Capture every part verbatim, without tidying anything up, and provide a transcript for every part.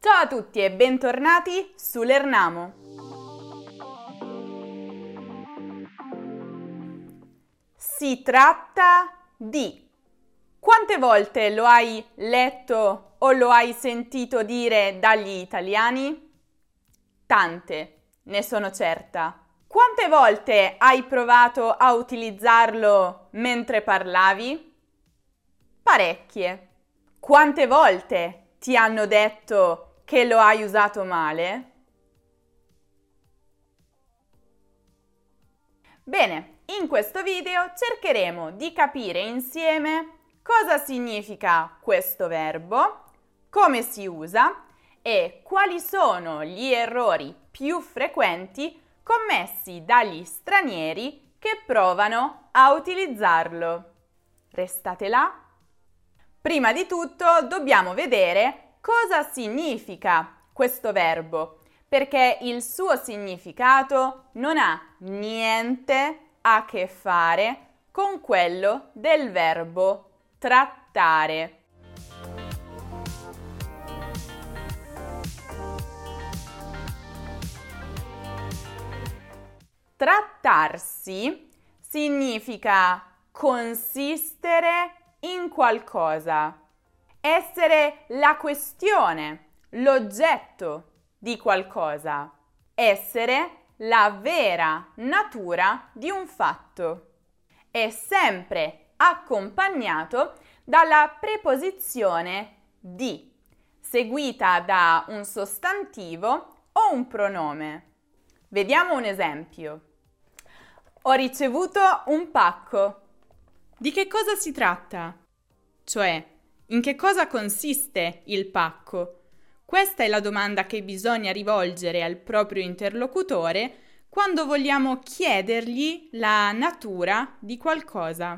Ciao a tutti e bentornati su Lernamo. Si tratta di. Quante volte lo hai letto o lo hai sentito dire dagli italiani? Tante, ne sono certa. Quante volte hai provato a utilizzarlo mentre parlavi? Parecchie. Quante volte ti hanno detto che lo hai usato male? Bene, in questo video cercheremo di capire insieme cosa significa questo verbo, come si usa e quali sono gli errori più frequenti commessi dagli stranieri che provano a utilizzarlo. Restate là. Prima di tutto dobbiamo vedere cosa significa questo verbo, perché il suo significato non ha niente a che fare con quello del verbo trattare. Trattarsi significa consistere in qualcosa, essere la questione, l'oggetto di qualcosa, essere la vera natura di un fatto. È sempre accompagnato dalla preposizione di, seguita da un sostantivo o un pronome. Vediamo un esempio. Ho ricevuto un pacco. Di che cosa si tratta? Cioè, in che cosa consiste il pacco? Questa è la domanda che bisogna rivolgere al proprio interlocutore quando vogliamo chiedergli la natura di qualcosa.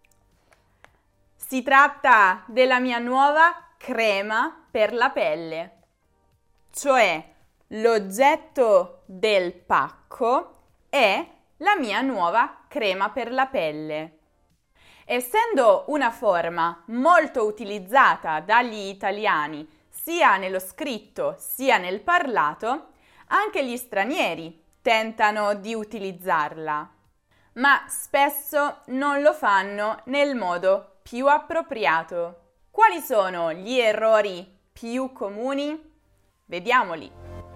Si tratta della mia nuova crema per la pelle. Cioè, l'oggetto del pacco è la mia nuova crema per la pelle. Essendo una forma molto utilizzata dagli italiani sia nello scritto sia nel parlato, anche gli stranieri tentano di utilizzarla, ma spesso non lo fanno nel modo più appropriato. Quali sono gli errori più comuni? Vediamoli.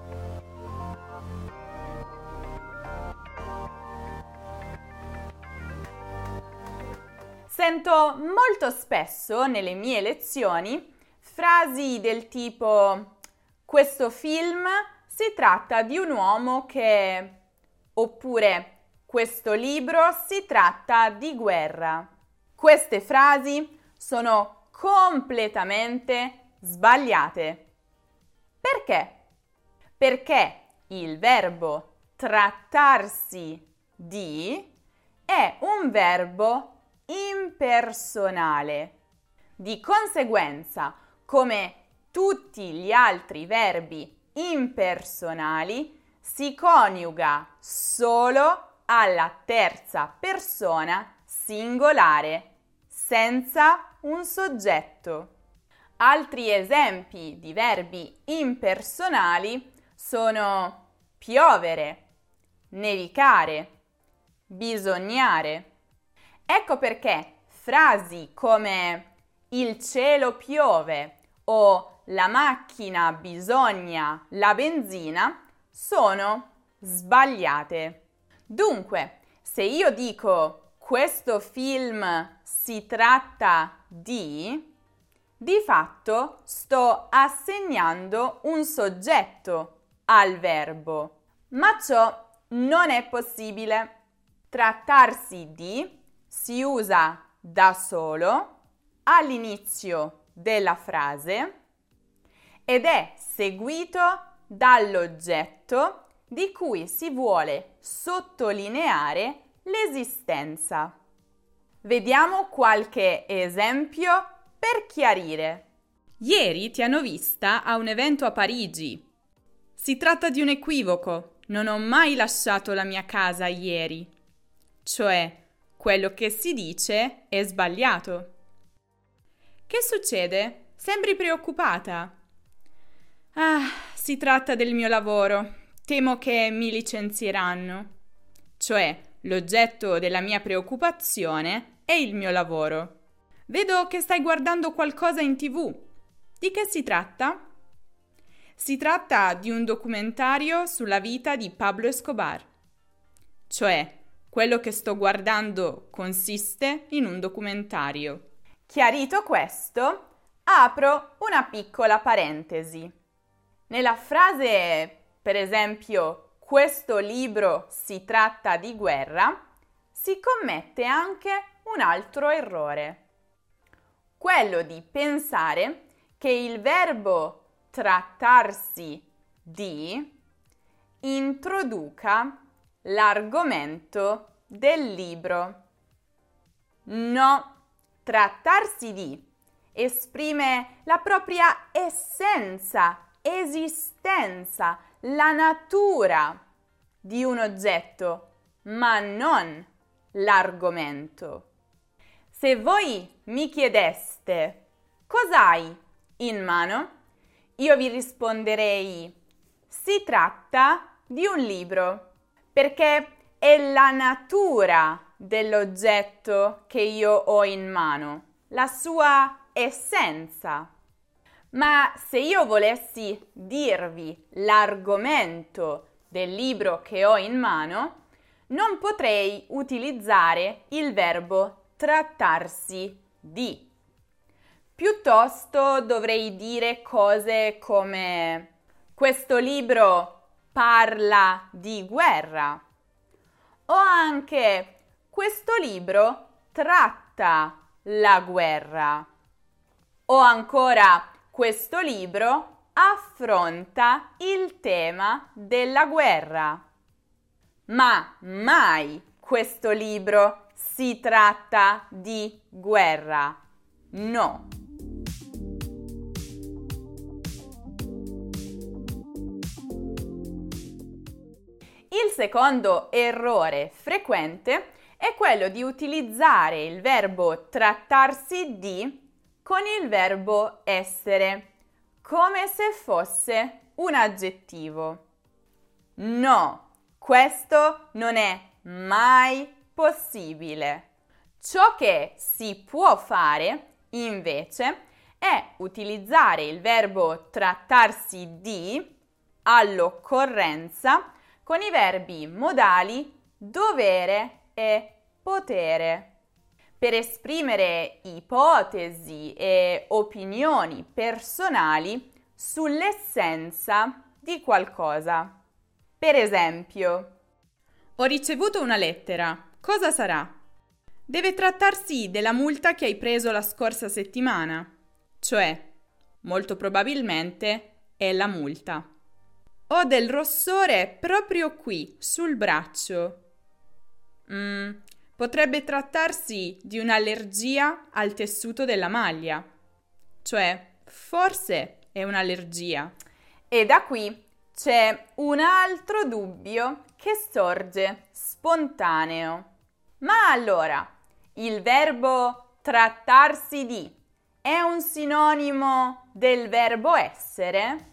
Sento molto spesso nelle mie lezioni frasi del tipo questo film si tratta di un uomo che oppure questo libro si tratta di guerra. Queste frasi sono completamente sbagliate. Perché? Perché il verbo trattarsi di è un verbo impersonale. Di conseguenza, come tutti gli altri verbi impersonali, si coniuga solo alla terza persona singolare, senza un soggetto. Altri esempi di verbi impersonali sono piovere, nevicare, bisognare. Ecco perché frasi come il cielo piove o la macchina bisogna la benzina sono sbagliate. Dunque, se io dico questo film si tratta di, di fatto sto assegnando un soggetto al verbo, ma ciò non è possibile. Trattarsi di si usa da solo all'inizio della frase ed è seguito dall'oggetto di cui si vuole sottolineare l'esistenza. Vediamo qualche esempio per chiarire. Ieri ti hanno vista a un evento a Parigi. Si tratta di un equivoco. Non ho mai lasciato la mia casa ieri. Cioè, quello che si dice è sbagliato. Che succede? Sembri preoccupata. Ah, si tratta del mio lavoro. Temo che mi licenzieranno. Cioè, l'oggetto della mia preoccupazione è il mio lavoro. Vedo che stai guardando qualcosa in tivù. Di che si tratta? Si tratta di un documentario sulla vita di Pablo Escobar. Cioè, quello che sto guardando consiste in un documentario. Chiarito questo, apro una piccola parentesi. Nella frase, per esempio, questo libro si tratta di guerra, si commette anche un altro errore. Quello di pensare che il verbo trattarsi di introduca l'argomento del libro. No, trattarsi di esprime la propria essenza, esistenza, la natura di un oggetto, ma non l'argomento. Se voi mi chiedeste cos'hai in mano, io vi risponderei: si tratta di un libro, perché è la natura dell'oggetto che io ho in mano, la sua essenza. Ma se io volessi dirvi l'argomento del libro che ho in mano, non potrei utilizzare il verbo trattarsi di. Piuttosto dovrei dire cose come: questo libro parla di guerra, o anche questo libro tratta la guerra, o ancora questo libro affronta il tema della guerra. Ma mai questo libro si tratta di guerra. No. Il secondo errore frequente è quello di utilizzare il verbo trattarsi di con il verbo essere, come se fosse un aggettivo. No, questo non è mai possibile. Ciò che si può fare, invece, è utilizzare il verbo trattarsi di all'occorrenza con i verbi modali dovere e potere, per esprimere ipotesi e opinioni personali sull'essenza di qualcosa. Per esempio, ho ricevuto una lettera. Cosa sarà? Deve trattarsi della multa che hai preso la scorsa settimana, cioè, molto probabilmente, è la multa. Ho del rossore proprio qui, sul braccio. Mm, potrebbe trattarsi di un'allergia al tessuto della maglia. Cioè, forse è un'allergia. E da qui c'è un altro dubbio che sorge spontaneo. Ma allora, il verbo trattarsi di è un sinonimo del verbo essere?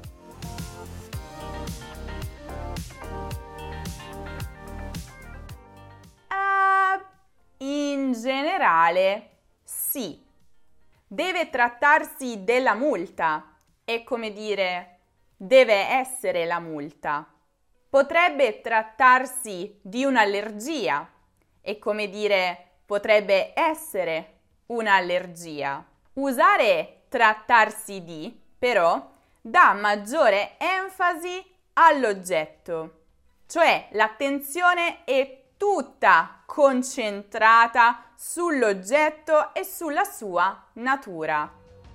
In generale, sì. Deve trattarsi della multa. È come dire, deve essere la multa. Potrebbe trattarsi di un'allergia. È come dire, potrebbe essere un'allergia. Usare trattarsi di, però, dà maggiore enfasi all'oggetto. Cioè, l'attenzione è tutta concentrata sull'oggetto e sulla sua natura.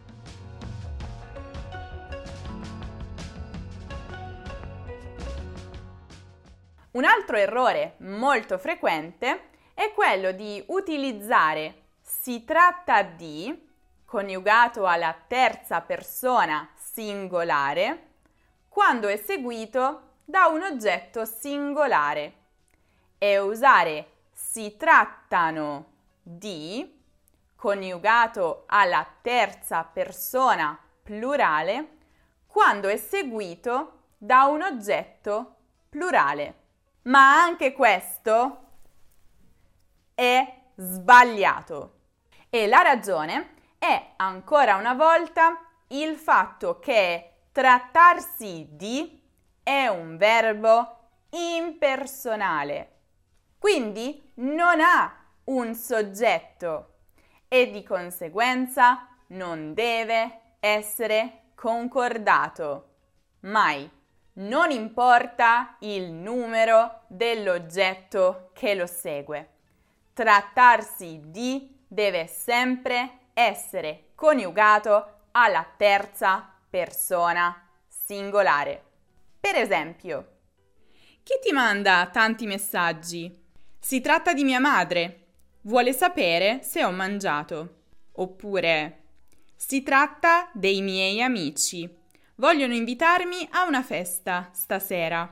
Un altro errore molto frequente è quello di utilizzare si tratta di, coniugato alla terza persona singolare, quando è seguito da un oggetto singolare, e usare si trattano di, coniugato alla terza persona plurale, quando è seguito da un oggetto plurale. Ma anche questo è sbagliato. E la ragione è ancora una volta il fatto che trattarsi di è un verbo impersonale, quindi non ha un soggetto e di conseguenza non deve essere concordato. Mai. Non importa il numero dell'oggetto che lo segue. Trattarsi di deve sempre essere coniugato alla terza persona singolare. Per esempio, chi ti manda tanti messaggi? Si tratta di mia madre. Vuole sapere se ho mangiato. Oppure, si tratta dei miei amici. Vogliono invitarmi a una festa stasera.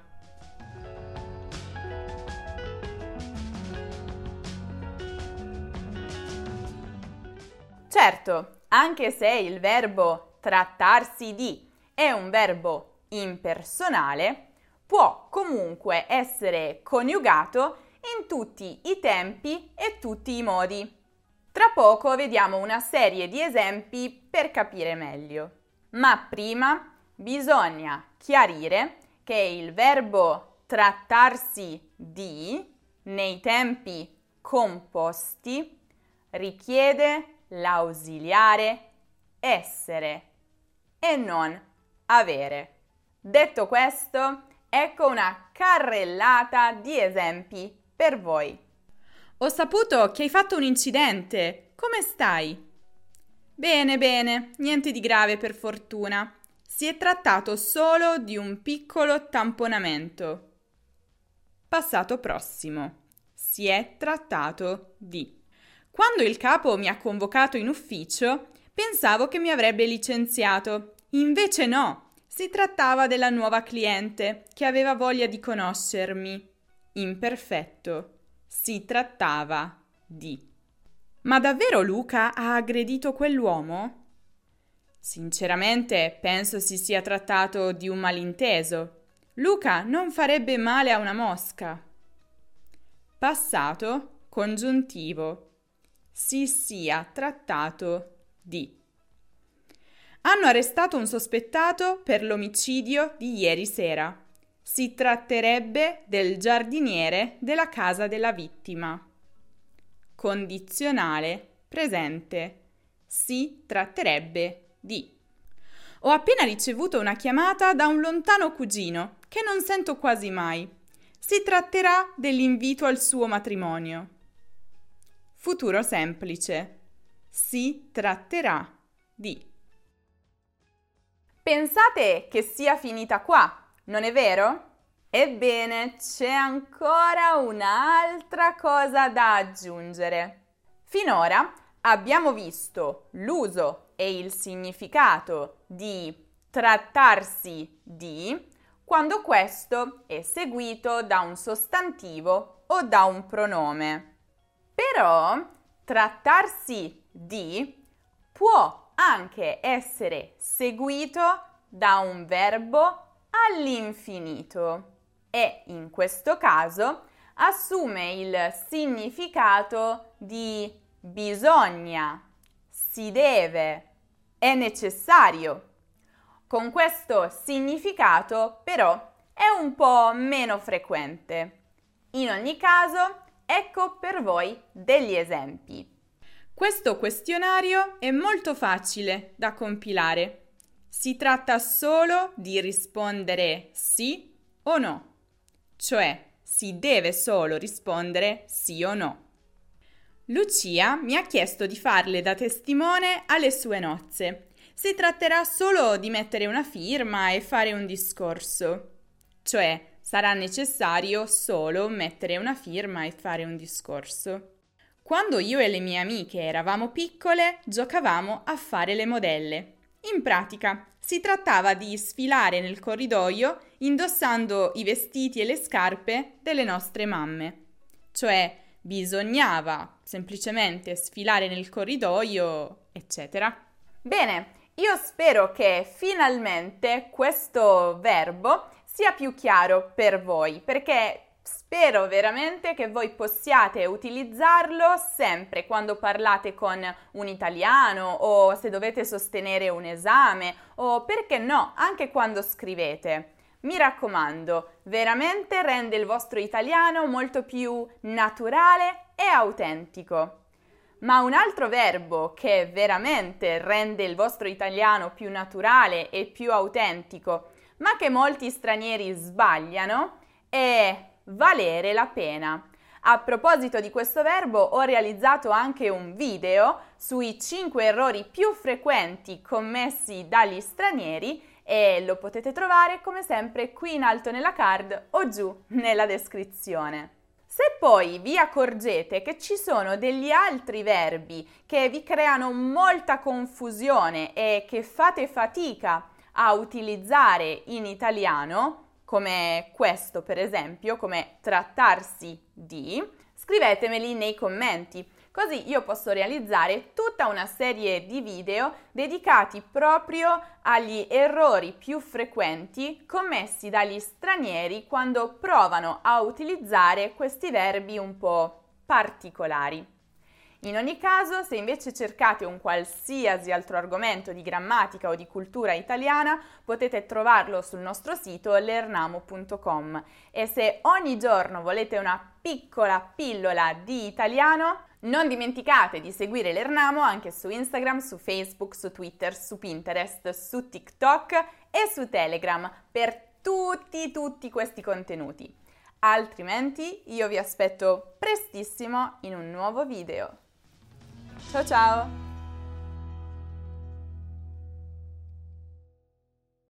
Certo, anche se il verbo trattarsi di è un verbo impersonale, può comunque essere coniugato in tutti i tempi e tutti i modi. Tra poco vediamo una serie di esempi per capire meglio. Ma prima bisogna chiarire che il verbo trattarsi di nei tempi composti richiede l'ausiliare essere e non avere. Detto questo, ecco una carrellata di esempi per voi. Ho saputo che hai fatto un incidente. Come stai? Bene, bene, niente di grave per fortuna. Si è trattato solo di un piccolo tamponamento. Passato prossimo. Si è trattato di. Quando il capo mi ha convocato in ufficio, pensavo che mi avrebbe licenziato. Invece no, si trattava della nuova cliente che aveva voglia di conoscermi. Imperfetto. Si trattava di. Ma davvero Luca ha aggredito quell'uomo? Sinceramente penso si sia trattato di un malinteso. Luca non farebbe male a una mosca. Passato congiuntivo. Si sia trattato di. Hanno arrestato un sospettato per l'omicidio di ieri sera. Si tratterebbe del giardiniere della casa della vittima. Condizionale presente. Si tratterebbe di. Ho appena ricevuto una chiamata da un lontano cugino che non sento quasi mai. Si tratterà dell'invito al suo matrimonio. Futuro semplice. Si tratterà di. Pensate che sia finita qua, non è vero? Ebbene, c'è ancora un'altra cosa da aggiungere. Finora abbiamo visto l'uso e il significato di trattarsi di quando questo è seguito da un sostantivo o da un pronome. Però trattarsi di può anche essere seguito da un verbo all'infinito e in questo caso assume il significato di bisogna, si deve, è necessario. Con questo significato però è un po' meno frequente. In ogni caso, ecco per voi degli esempi. Questo questionario è molto facile da compilare. Si tratta solo di rispondere sì o no, cioè si deve solo rispondere sì o no. Lucia mi ha chiesto di farle da testimone alle sue nozze. Si tratterà solo di mettere una firma e fare un discorso, cioè sarà necessario solo mettere una firma e fare un discorso. Quando io e le mie amiche eravamo piccole, giocavamo a fare le modelle. In pratica, si trattava di sfilare nel corridoio indossando i vestiti e le scarpe delle nostre mamme. Cioè, bisognava semplicemente sfilare nel corridoio, eccetera. Bene, Io spero che finalmente questo verbo sia più chiaro per voi, perché spero veramente che voi possiate utilizzarlo sempre quando parlate con un italiano o se dovete sostenere un esame o, perché no, anche quando scrivete. Mi raccomando, veramente rende il vostro italiano molto più naturale e autentico. Ma un altro verbo che veramente rende il vostro italiano più naturale e più autentico, ma che molti stranieri sbagliano, è valere la pena. A proposito di questo verbo, ho realizzato anche un video sui cinque errori più frequenti commessi dagli stranieri e lo potete trovare come sempre qui in alto nella card o giù nella descrizione. Se poi vi accorgete che ci sono degli altri verbi che vi creano molta confusione e che fate fatica a utilizzare in italiano, come questo per esempio, come trattarsi di, scrivetemeli nei commenti, così io posso realizzare tutta una serie di video dedicati proprio agli errori più frequenti commessi dagli stranieri quando provano a utilizzare questi verbi un po' particolari. In ogni caso, se invece cercate un qualsiasi altro argomento di grammatica o di cultura italiana, potete trovarlo sul nostro sito learnamo punto com e se ogni giorno volete una piccola pillola di italiano, non dimenticate di seguire Learnamo anche su Instagram, su Facebook, su Twitter, su Pinterest, su TikTok e su Telegram per tutti, tutti questi contenuti. Altrimenti io vi aspetto prestissimo in un nuovo video. Ciao ciao!